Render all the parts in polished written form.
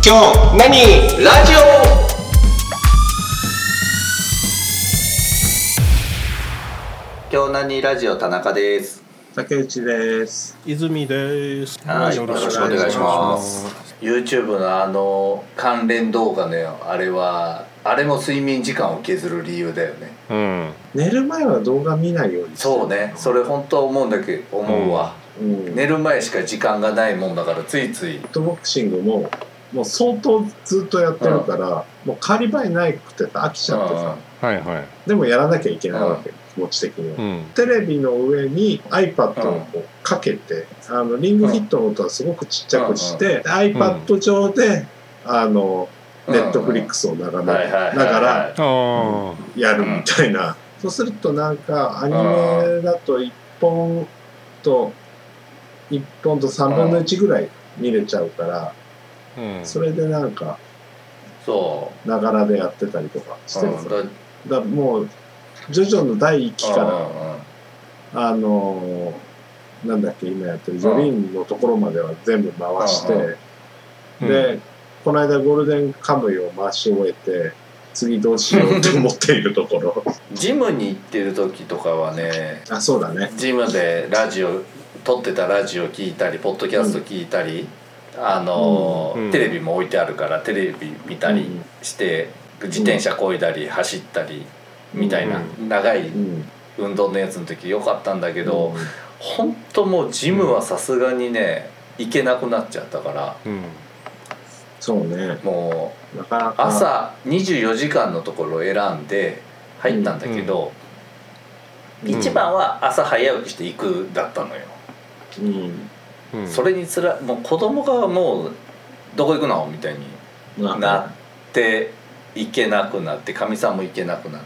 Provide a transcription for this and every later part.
今日何ラジオ。今日何ラジオ田中です。 竹内です。 泉です。 はい、よろしくお願いします。YouTube の関連動画のあれも睡眠時間を削る理由だよね。 うん。 寝る前は動画見ないようにしてる。 そうね、それ本当思うわ、寝る前しか時間がないもんだからついつい。 フットボクシングも相当ずっとやってるから、もう変わり映えなくて飽きちゃってさ、 はいはい。 でもやらなきゃいけないわけ、気持ち的には、テレビの上に iPad をこうかけて、リングフィットの音はすごくちっちゃくして、iPad 上でNetflix を眺めながらやるみたいな。そうするとなんかアニメだと1本と3分の1ぐらい見れちゃうから、それでなんかながらでやってたりとかしてる。だもうジョジョの第1期からなんだっけ今やってるジョリーンのところまでは全部回して、でこの間ゴールデンカムイを回し終えて次どうしようと思っているところ。 ジムに行ってる時とかはね、 そうだね、 ジムで撮ってたラジオ聞いたりポッドキャスト聞いたり、テレビも置いてあるからテレビ見たりして、自転車こいだり走ったりみたいな、長い運動のやつの時良かったんだけど、ほんともうジムはさすがにね行けなくなっちゃったから、 そうね、 もうなかなか朝24時間のところを選んで入ったんだけど、一番は朝早起きして行くだったのよ。それにもう子供がもうどこ行くのみたいになって行けなくなって、かみさんも行けなくなって、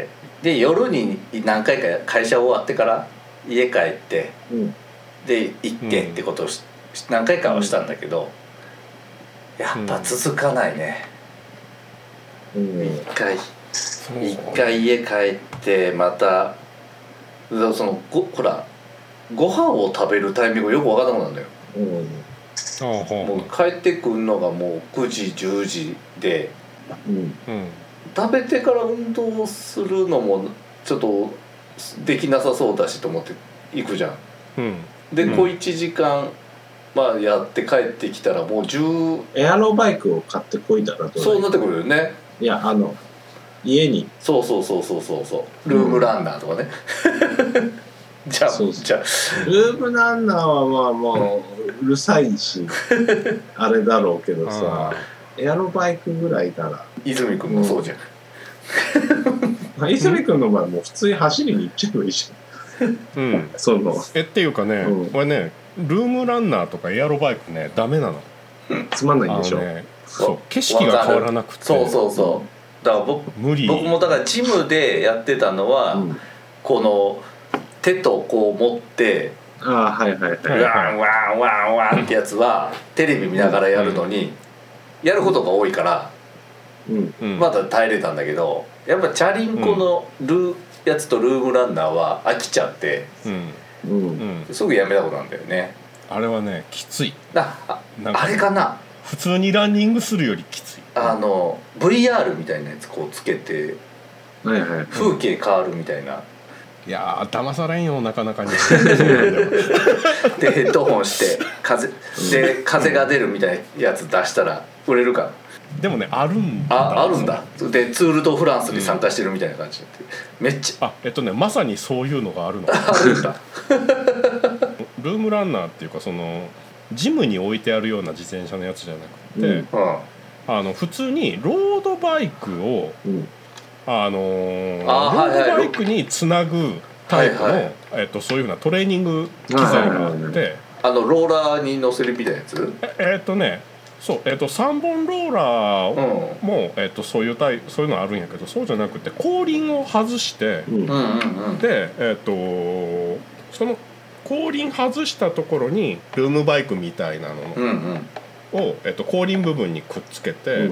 で夜に何回か会社終わってから家帰って、で行ってってことを何回かはしたんだけど、やっぱ続かないね。一回家帰ってまたほらご飯を食べるタイミングがよく分からなくなるんだよ。もう帰ってくるのがもう9時10時で、食べてから運動するのもちょっとできなさそうだしと思って行くじゃん。で小1時間やって帰ってきたらもうエアロバイクを買ってこいだらどうだ。 そうなってくるよね。 いや家にそうルームランナーとかね。じゃあルームランナーはもううるさいしあれだろうけどさ、エアロバイクぐらいなら。 泉君もそうじゃん。 泉君の場合もう普通に走りに行っちゃえばいいじゃん。 っていうかね、俺ねルームランナーとかエアロバイクねダメなの。 つまんないんでしょ。 そう景色が変わらなくて。 そうだから僕もだからジムでやってたのは、この手とこう持ってワンワンワンワンってやつはテレビ見ながらやるのにやることが多いからまだ耐えれたんだけど、やっぱチャリンコのやつとルームランナーは飽きちゃってすぐやめたことなんだよね。 あれはねきつい。 あれかな、 普通にランニングするよりきつい。 VR みたいなやつこうつけて風景変わるみたいな。 いやー騙されんよなかなかに。でヘッドホンして風が出るみたいなやつ出したら売れるかな。 でもねあるんだ。でツール・ド・フランスに参加してるみたいな感じで、めっちゃまさにそういうのがあるの。 あるんだ。 ルームランナーっていうかジムに置いてあるような自転車のやつじゃなくて、普通にロードバイクをロードバイクにつなぐタイプのそういうふうなトレーニング機材があって、 ローラーに乗せるみたいなやつ。 3本ローラーもそういうのあるんやけど、そうじゃなくて後輪を外して、でその後輪外したところにルームバイクみたいなのを後輪部分にくっつけて、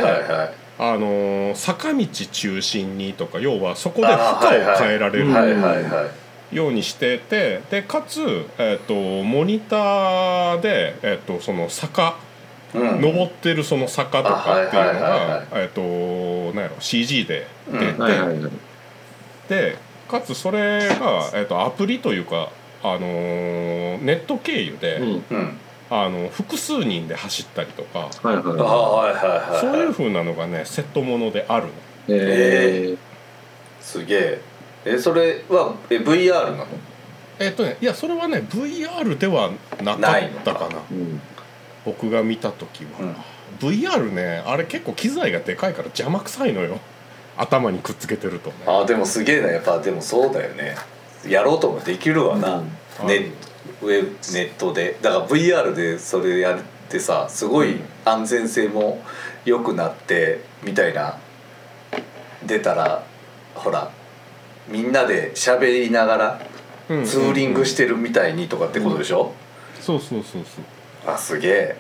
坂道中心にとか、要はそこで負荷を変えられるようにしてて、でかつ、モニターで、その坂登ってるその坂とかっていうのがなんやろ CG で出て、でかつそれが、アプリというか、ネット経由で、複数人で走ったりとか、そういう風なのがねセットものであるの。 すげえ。それはVR なの？ いやそれはね VR ではなかったかな、僕が見た時は、VR ねあれ結構機材がでかいから邪魔くさいのよ、頭にくっつけてるとね。 でもすげえな、やっぱでもそうだよね、やろうともできるわな、ネットで。だから VR でそれやってさ、すごい安全性も良くなってみたいな出たら、ほらみんなで喋りながらツーリングしてるみたいにとかってことでしょ？ そうすげえ。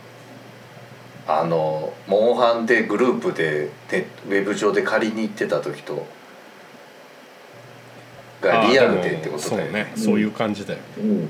モンハンでグループでウェブ上で借りに行ってた時とがリアルでってことだよね。 そういう感じだよね。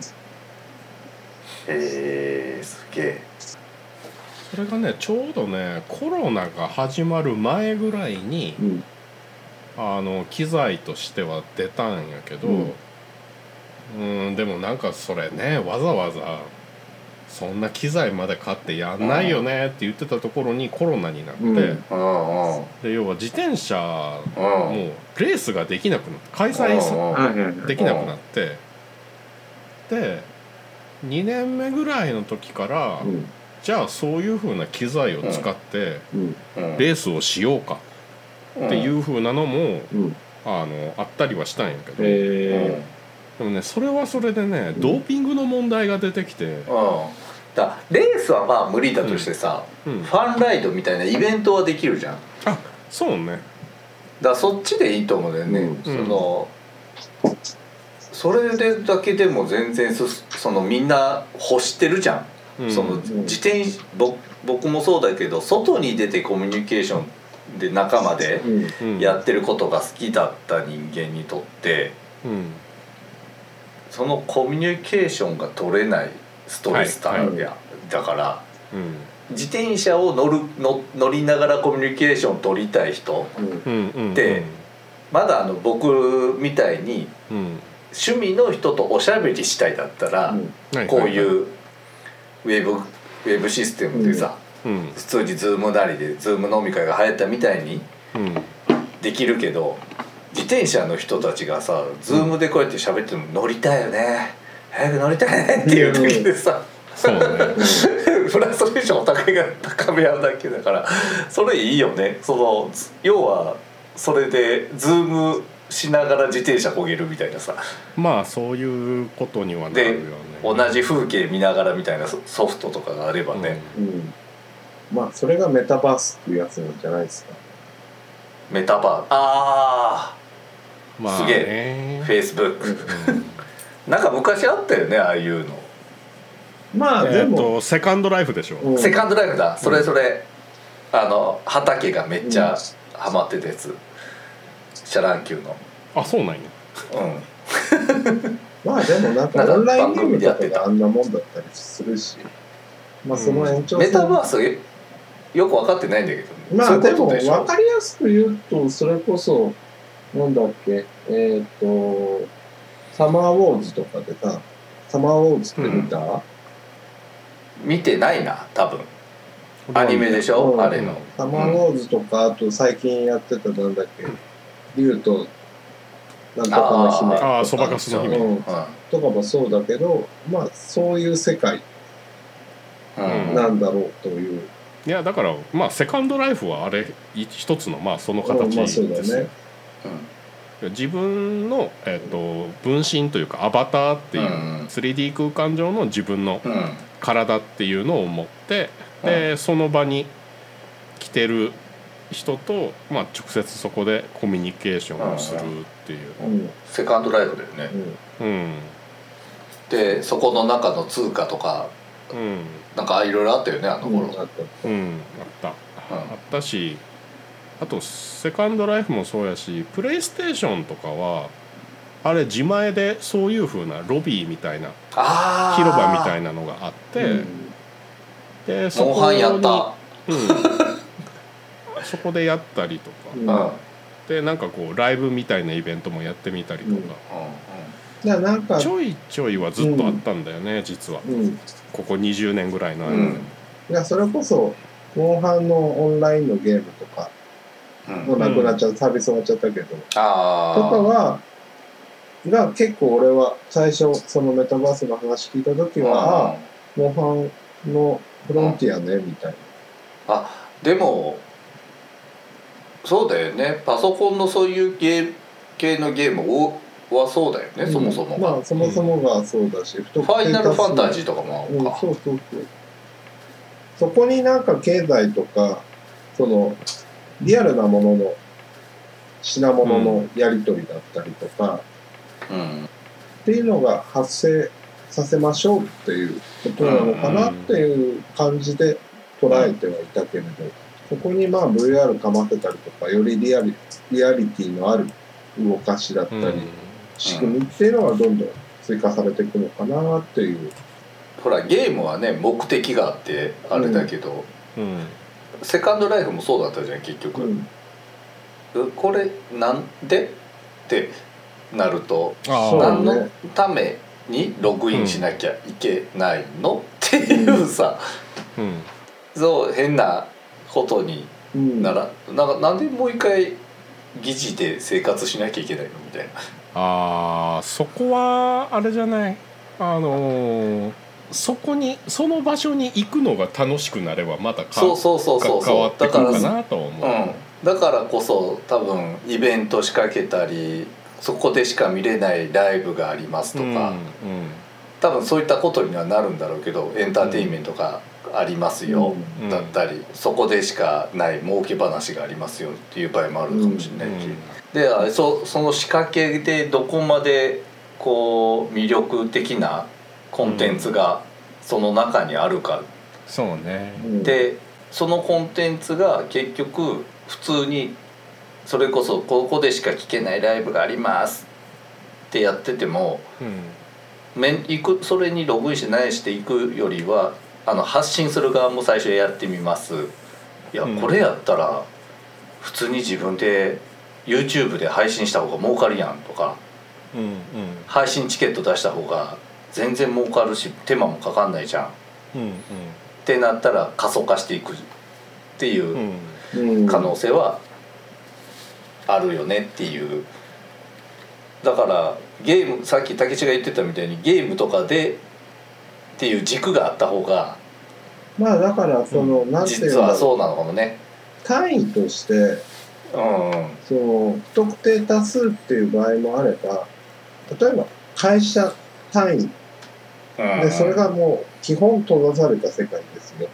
すげえ。 それがねちょうどねコロナが始まる前ぐらいに、機材としては出たんやけど、でもなんかそれねわざわざそんな機材まで買ってやんないよねって言ってたところにコロナになって、で要は自転車もうレースができなくなって開催できなくなって、で2年目ぐらいの時から、じゃあそういう風な機材を使ってレースをしようかっていう風なのもあったりはしたんやけど、でもねそれはそれでねドーピングの問題が出てきて、 だレースはまあ無理だとしてさ、ファンライドみたいなイベントはできるじゃん。 そうね。 だからそっちでいいと思うんだよね。それでだけでも全然みんな欲してるじゃん。僕もそうだけど外に出てコミュニケーションで仲間でやってることが好きだった人間にとって、そのコミュニケーションが取れないストレスタイムだから、自転車を乗りながらコミュニケーション取りたい人って、まだ僕みたいに趣味の人とおしゃべりしたいだったら、こういうウェブシステムでさ、普通にズームなりでズーム飲み会が流行ったみたいにできるけど、自転車の人たちがさズームでこうやって喋っても乗りたいよね、早く乗りたいねっていう時でさ、フラストレーションをお互いが高め合うだけだから、それいいよね。要はそれでズームしながら自転車こげるみたいなさ、 まあそういうことにはなるよね。 で同じ風景見ながらみたいなソフトとかがあればね、 まあそれがメタバースっていうやつなんじゃないですか。 メタバース、すげえ。フェイスブックなんか昔あったよね、ああいうの。 まあでもセカンドライフでしょ。 セカンドライフだ。それ畑がめっちゃハマってたやつ、シャランキューの。 そうなんや。 まあでもなんかオンラインゲームとかであんなもんだったりするし、まあその延長線、 メタバースよく分かってないんだけど、 まあでも分かりやすく言うとそれこそなんだっけ、サマーウォーズとかでさ、サマーウォーズって見た？ 見てないな、多分。アニメでしょ、あれの。 サマーウォーズとか、あと最近やってたなんだっけ、竜となんとかの姫とか、 そばかすの姫とかもそうだけど、まあそういう世界なんだろうという。 いやだからまあセカンドライフはあれ一つのまあその形ですよ。自分の分身というかアバターっていう 3D 空間上の自分の体っていうのを持って、でその場に来てる人とまあ直接そこでコミュニケーションをするっていう、 セカンドライフだよね。でそこの中の通貨とかなんかいろいろあったよね、あの頃。あったし、あとセカンドライフもそうやし、プレイステーションとかはあれ自前でそういう風なロビーみたいな広場みたいなのがあって、 でモンハンやった、 そこでやったりとか、でなんかこうライブみたいなイベントもやってみたりとか、 なんかちょいちょいはずっとあったんだよね、実は、ここ20年ぐらいの間でも、 いやそれこそモンハンのオンラインのゲームとかもうなくなっちゃう、サービス終わっちゃったけど、とかはが結構俺は最初そのメタバースの話聞いた時は、モンハンのフロンティアねみたいな。でもそうだよね、パソコンのそういう系のゲームはそうだよね、そもそもが。そもそもがそうだし、 ファイナルファンタジーとかもあるか。 そう。そこになんか経済とかそのリアルなものの品物のやり取りだったりとか、っていうのが発生させましょうっていうことなのかなっていう感じで捉えてはいたけれど、そこにまあ VR かませたりとか、よりリアリティのある動かしだったり、仕組みっていうのはどんどん追加されていくのかなっていう。 ほらゲームはね目的があってあれだけど、セカンドライフもそうだったじゃん結局、これなんでってなると、何のためにログインしなきゃいけないのっていうさ、そう変なことになんでもう一回疑似で生活しなきゃいけないのみたいな。そこはあれじゃない、その場所に行くのが楽しくなればまた変わってくるかなと思う。 だからこそ多分イベント仕掛けたり、そこでしか見れないライブがありますとか、多分そういったことにはなるんだろうけど、エンターテインメントがありますよ、だったり、そこでしかない儲け話がありますよっていう場合もあるかもしれないし、でその仕掛けでどこまでこう魅力的なコンテンツがその中にあるか、 そうね。 でそのコンテンツが結局普通にそれこそここでしか聞けないライブがありますってやってても、それにログインして何していくよりは発信する側も最初やってみます。いや、これやったら普通に自分で YouTube で配信した方が儲かるやんとか、配信チケット出した方が全然儲かるし手間もかかんないじゃん、ってなったら過疎化していくっていう可能性はあるよねっていう。だからゲーム、さっき武智が言ってたみたいにゲームとかでっていう軸があった方が、 まあだからその、なんていうの、 実はそうなのかもね。 単位として、その不特定多数っていう場合もあれば、例えば会社単位で、それがもう基本閉ざされた世界ですよ。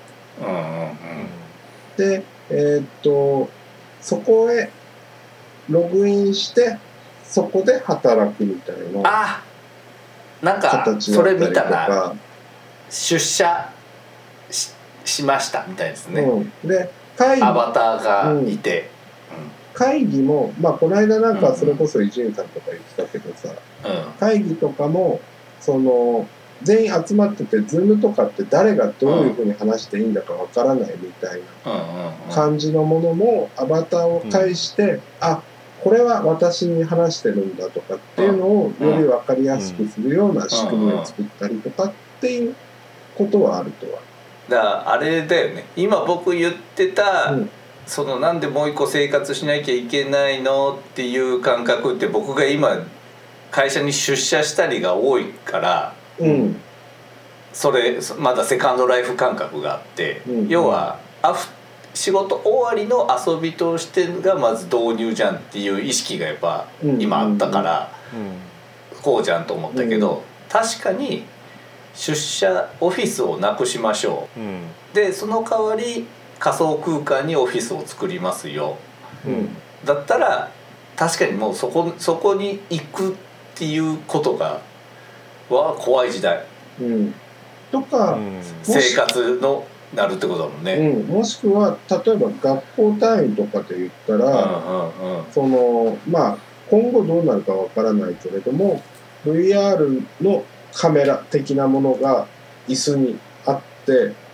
で、そこへログインしてそこで働くみたいななんかそれ見たな、出社 しましたみたいですね、 でアバターがいて、 会議もまあこの間なんかそれこそ伊集院さんとか言ってたけどさ、会議とかもその全員集まってて Zoom とかって誰がどういうふうに話していいんだかわからないみたいな感じのものもアバターを介して、これは私に話してるんだとかっていうのをより分かりやすくするような仕組みを作ったりとかっていうことはあるとは。 だからあれだよね、今僕言ってた、そのなんでもう一個生活しなきゃいけないのっていう感覚って、僕が今会社に出社したりが多いから、それまだセカンドライフ感覚があって、要は仕事終わりの遊びとしてがまず導入じゃんっていう意識がやっぱ今あったから、こうじゃんと思ったけど、確かに出社オフィスをなくしましょう、でその代わり仮想空間にオフィスを作りますよ、だったら確かにもうそこに行くっていうことが怖い時代、 とか、 生活のなるってことだもんね、 もしくは例えば学校単位とかで言ったら、そのまあ今後どうなるかわからないけれども VR のカメラ的なものが椅子にあって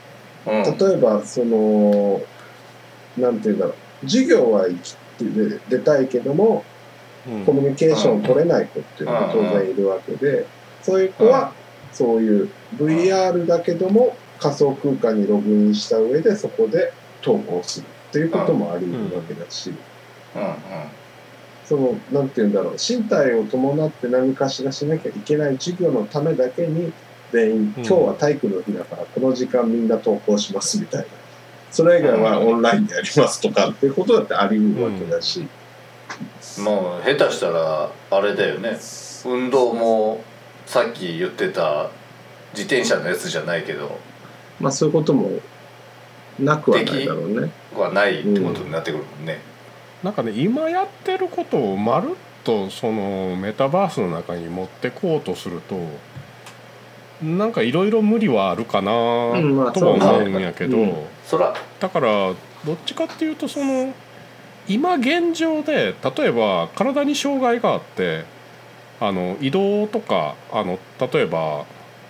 例えばそのなんていうんだろう、授業は出たいけども、コミュニケーションを取れない子っていうのが当然いるわけで、そういう子はそういう VR だけども仮想空間にログインした上でそこで登校するっていうこともあり得るわけだし、そのなんていうんだろう、身体を伴って何かしらしなきゃいけない授業のためだけに全員、今日は体育の日だからこの時間みんな登校しますみたいな、それ以外はオンラインでやりますとかっていうことだってあり得るわけだし、 もう下手したらあれだよね、運動もさっき言ってた自転車のやつじゃないけど、 まあそういうこともなくはないだろうね。 はないってことになってくるもんね。 なんかね、今やってることをまるっとそのメタバースの中に持ってこうとすると、なんかいろいろ無理はあるかなとは思うんやけど、だからどっちかっていうと、その今現状で例えば体に障害があって移動とか例えば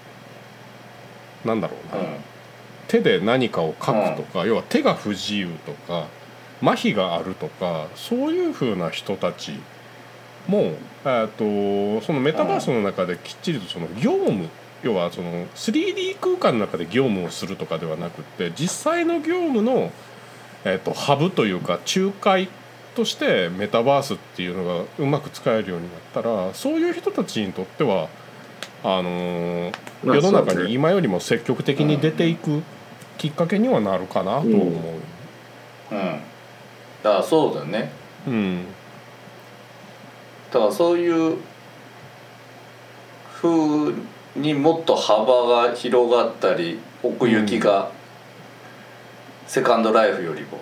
なんだろうな、手で何かを書くとか、要は手が不自由とか麻痺があるとか、そういう風な人たちもそのメタバースの中できっちりとその業務、要はその 3D 空間の中で業務をするとかではなくって、実際の業務のハブというか仲介としてメタバースっていうのがうまく使えるようになったら、そういう人たちにとっては世の中に今よりも積極的に出ていくきっかけにはなるかなと思う。 だからそうだよね。だからそういう風にもっと幅が広がったり奥行きが、セカンドライフよりも、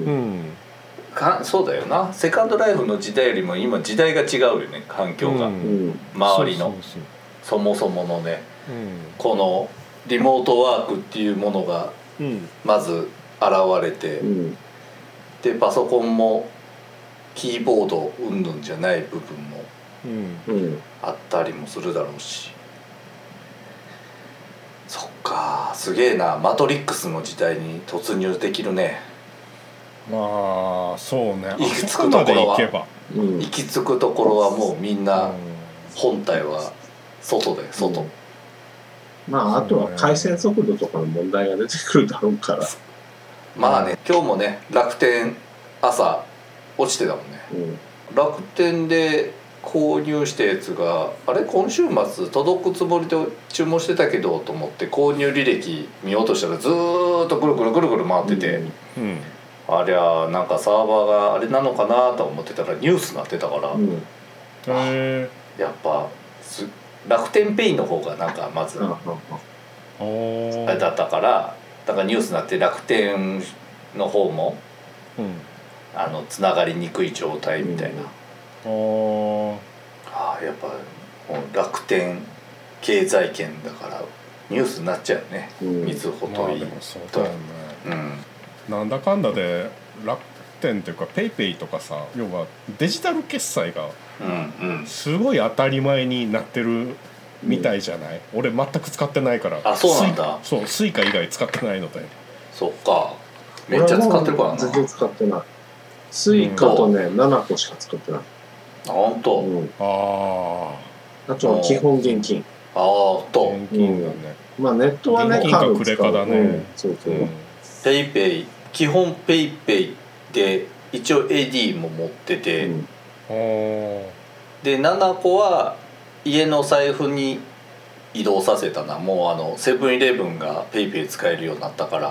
そうだよな、セカンドライフの時代よりも今時代が違うよね、環境が、周りのそもそものね、このリモートワークっていうものがまず現れて、でパソコンもキーボードうんぬんじゃない部分もあったりもするだろうし、そっか、すげえな、マトリックスの時代に突入できるね。 まあそうね、 行き着くところは行き着くところはもうみんな本体は外で外、 まああとは回線速度とかの問題が出てくるだろうから、 まあね、今日もね楽天朝落ちてたもんね、楽天で購入したやつがあれ今週末届くつもりで注文してたけどと思って購入履歴見ようとしたらずーっとぐるぐるぐるぐる回ってて、ありゃなんかサーバーがあれなのかなと思ってたらニュースになってたから、やっぱ楽天ペイの方がなんかまずあれだったから、だからニュースになって楽天の方もつながりにくい状態みたいな、やっぱもう楽天経済圏だからニュースになっちゃうね、みずほといいと、 なんだかんだで楽天っていうかペイペイとかさ、要はデジタル決済がすごい当たり前になってるみたいじゃない？俺全く使ってないから。 そうなんだ。 そう、スイカ以外使ってないので。 そっか、めっちゃ使ってるからな。 全然使ってない。スイカとね、7個しか使ってない。 本当。 あとは基本現金。 現金だね。 まあネットはね、 カード使う。クレカだね。 そうそう。 ペイペイ、基本ペイペイで一応 AD も持ってて、で7個は家の財布に移動させたな。もうセブンイレブンがペイペイ使えるようになったから、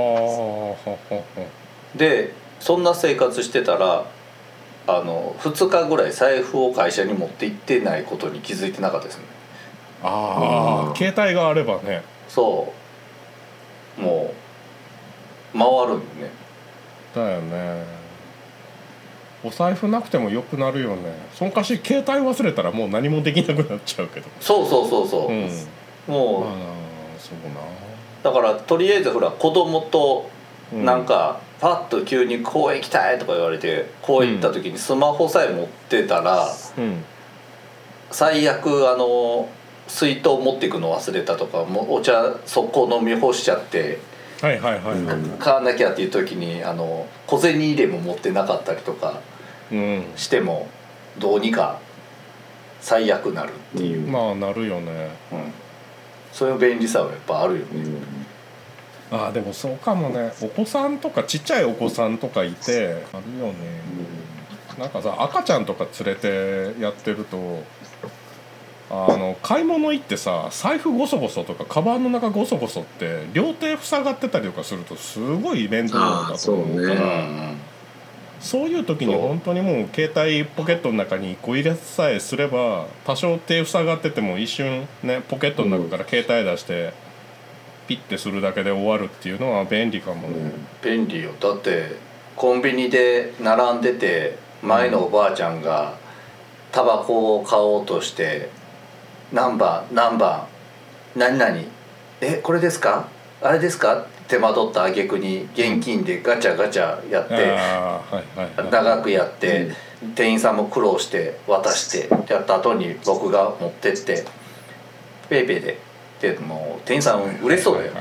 でそんな生活してたら2日ぐらい財布を会社に持って行ってないことに気づいてなかったですね。 携帯があればね。 そうもう回るんでね。 だよね。お財布なくてもよくなるよね。そのかし携帯忘れたらもう何もできなくなっちゃうけど。 そう、もう、そうな。だからとりあえずほら子供となんかパッと急に公園行きたいとか言われて公園行った時にスマホさえ持ってたら、最悪水筒持っていくの忘れたとか、もうお茶速攻飲み干しちゃってはいはいはい、 買わなきゃっていう時に小銭入れも持ってなかったりとかしてもどうにか最悪なるっていう、 まあなるよね、 そういう便利さはやっぱあるよね、 あでもそうかもね。お子さんとかちっちゃいお子さんとかいてあるよね、なんかさ赤ちゃんとか連れてやってると買い物行ってさ財布ゴソゴソとかカバンの中ゴソゴソって両手塞がってたりとかするとすごい面倒だと思うから、そういう時に本当にもう携帯ポケットの中にこう入れさえすれば多少手塞がってても一瞬ねポケットの中から携帯出してピッてするだけで終わるっていうのは便利かもね、 便利よ。だってコンビニで並んでて前のおばあちゃんがタバコを買おうとして何番何々これですかあれですか手間取った挙句に現金でガチャガチャやって長くやって店員さんも苦労して渡してやった後に僕が持ってってペイペイでってもう店員さん嬉しそうだよ、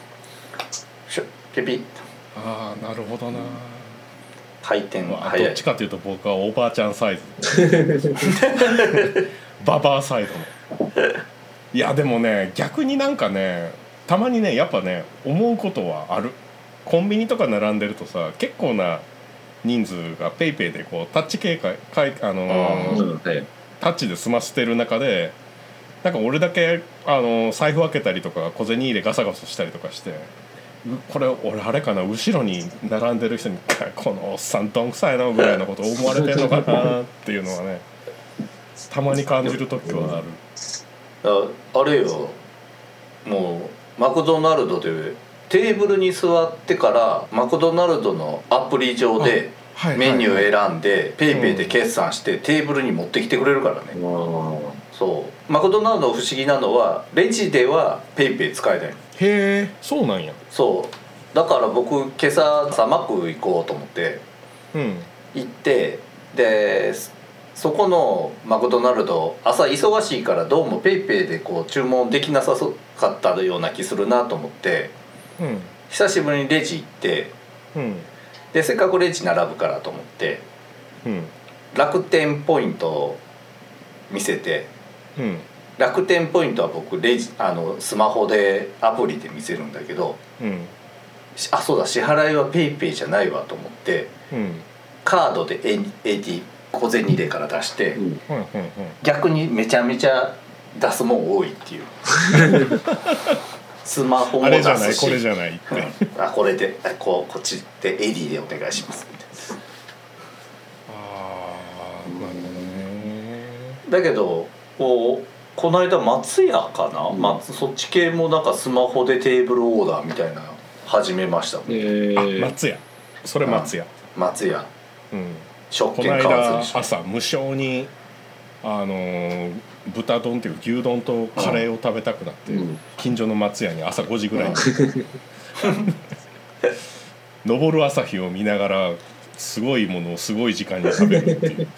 ピピッ。 ああなるほどな。 回転早い。 どっちかというと僕はおばあちゃんサイズババアサイドの。いやでもね逆になんかねたまにねやっぱね思うことはある。コンビニとか並んでるとさ結構な人数がペイペイでこうタッチ系タッチで済ませてる中でなんか俺だけ財布開けたりとか小銭入れガサガサしたりとかしてこれ俺あれかな後ろに並んでる人にこのおっさんどんくさいなぐらいのこと思われてんのかなっていうのはねたまに感じる時はある。 あれよもうマクドナルドでテーブルに座ってからマクドナルドのアプリ上でメニュー選んでペイペイで決算してテーブルに持ってきてくれるからね、そうマクドナルド不思議なのはレジではペイペイ使えない。 へえそうなんや。 そうだから僕今朝サマック行こうと思って行ってでそこのマクドナルド朝忙しいからどうもペイペイでこう注文できなさそうかったような気するなと思って、久しぶりにレジ行って、でせっかくレジ並ぶからと思って、楽天ポイントを見せて、楽天ポイントは僕レジスマホでアプリで見せるんだけど、あそうだ支払いはペイペイじゃないわと思って、カードで AD 小銭入れから出して、逆にめちゃめちゃ出すもん多いっていうスマホも出すしあれじゃないこれじゃないってこれでこっちで AD でお願いしますみたいな。 なるほどね。 だけどこの間松屋かな、そっち系もなんかスマホでテーブルオーダーみたいな始めましたもん。 松屋それ松屋、 松屋、 食券買わずに朝無償に豚丼っていう牛丼とカレーを食べたくなって、近所の松屋に朝5時ぐらいに昇る朝日を見ながらすごいものをすごい時間に食べるっていう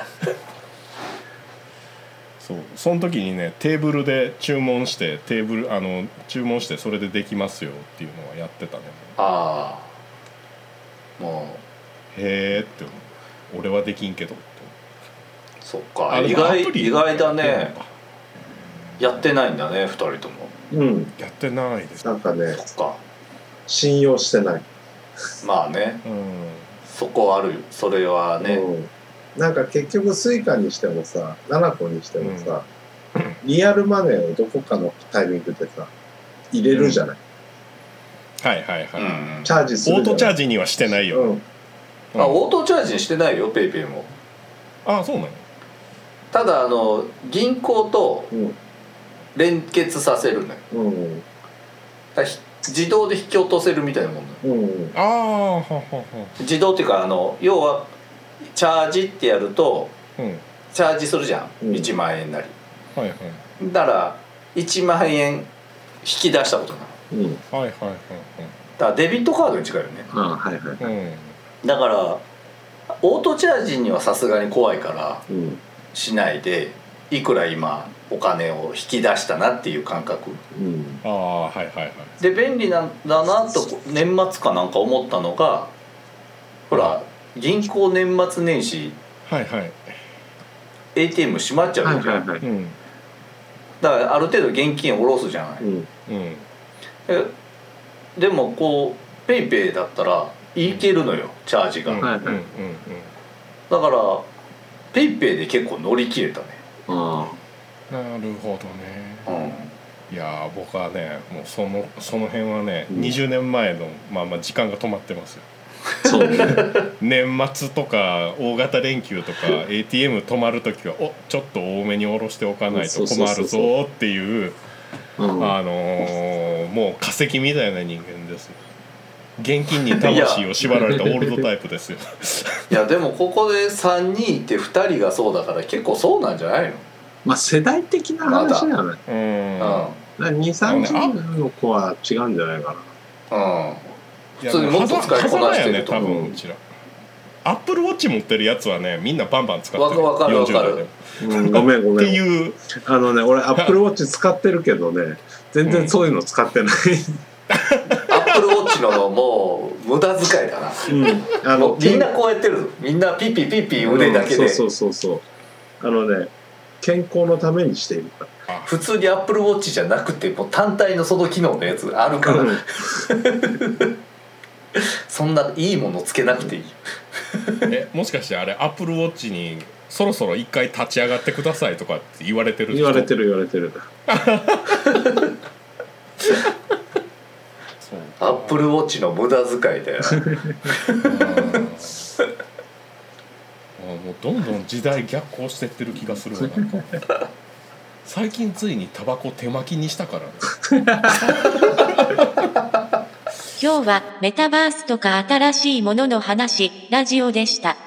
その時にねテーブルで注文して注文してそれでできますよっていうのはやってたね。 ああもうへえって俺はできんけどって。 そっか意外だね。やってないんだね2人とも。 やってないです。 なんかねそっか信用してない。 まあね、そこあるそれはね、 なんか結局スイカにしてもさ7個にしてもさ、リアルマネーをどこかのタイミングでさ入れるじゃない、 はいはいはい、 チャージするオートチャージにはしてないよ、 オートチャージにしてないよペイペイも。 ああそうなの。 ただ銀行と連結させるのよ、自動で引き落とせるみたいなもんだよ、自動っていうか要はチャージってやると、チャージするじゃん、1万円なり、だから1万円引き出したことになる、だからデビットカードに近いよね、だからオートチャージにはさすがに怖いから、しないでいくら今お金を引き出したなっていう感覚、 ああはいはいはい。 で便利なんだなと年末かなんか思ったのが、ほら銀行年末年始、 はいはい、 ATM 閉まっちゃうじゃん、はいはいはい、だからある程度現金下ろすじゃない、でもこうペイペイだったらいけるのよ、チャージが、だからペイペイで結構乗り切れたね。 なるほどね、いや僕はねもうその辺はね、20年前のまあ時間が止まってますよ。そうね、年末とか大型連休とかATM 止まるときはちょっと多めに下ろしておかないと困るぞっていうもう化石みたいな人間ですよ。現金に魂を縛られたオールドタイプですよ。 いやでもここで3人いて2人がそうだから結構そうなんじゃないの。 まあ世代的な話じゃない。2,30の子は違うんじゃないかな。 普通にもっと使いこなしてると思う。 多分うちらアップルウォッチ持ってるやつはねみんなバンバン使ってる。 わかるわかる。 ごめんっていう俺アップルウォッチ使ってるけどね全然そういうの使ってない。 アップルウォッチのもう無駄遣いだな。みんなこうやってる。みんなピッピピッピ腕だけで。 そう健康のためにしているから。 普通にアップルウォッチじゃなくてもう単体のその機能のやつあるから。そんないいものつけなくていい。 もしかしてあれアップルウォッチにそろそろ一回立ち上がってくださいとかって言われてる。 言われてる。 アップルウォッチの無駄遣いだよ。 もうどんどん時代逆行してってる気がするわ。なんか最近ついにタバコ手巻きにしたからね。 今日はメタバースとか新しいものの話、ラジオでした。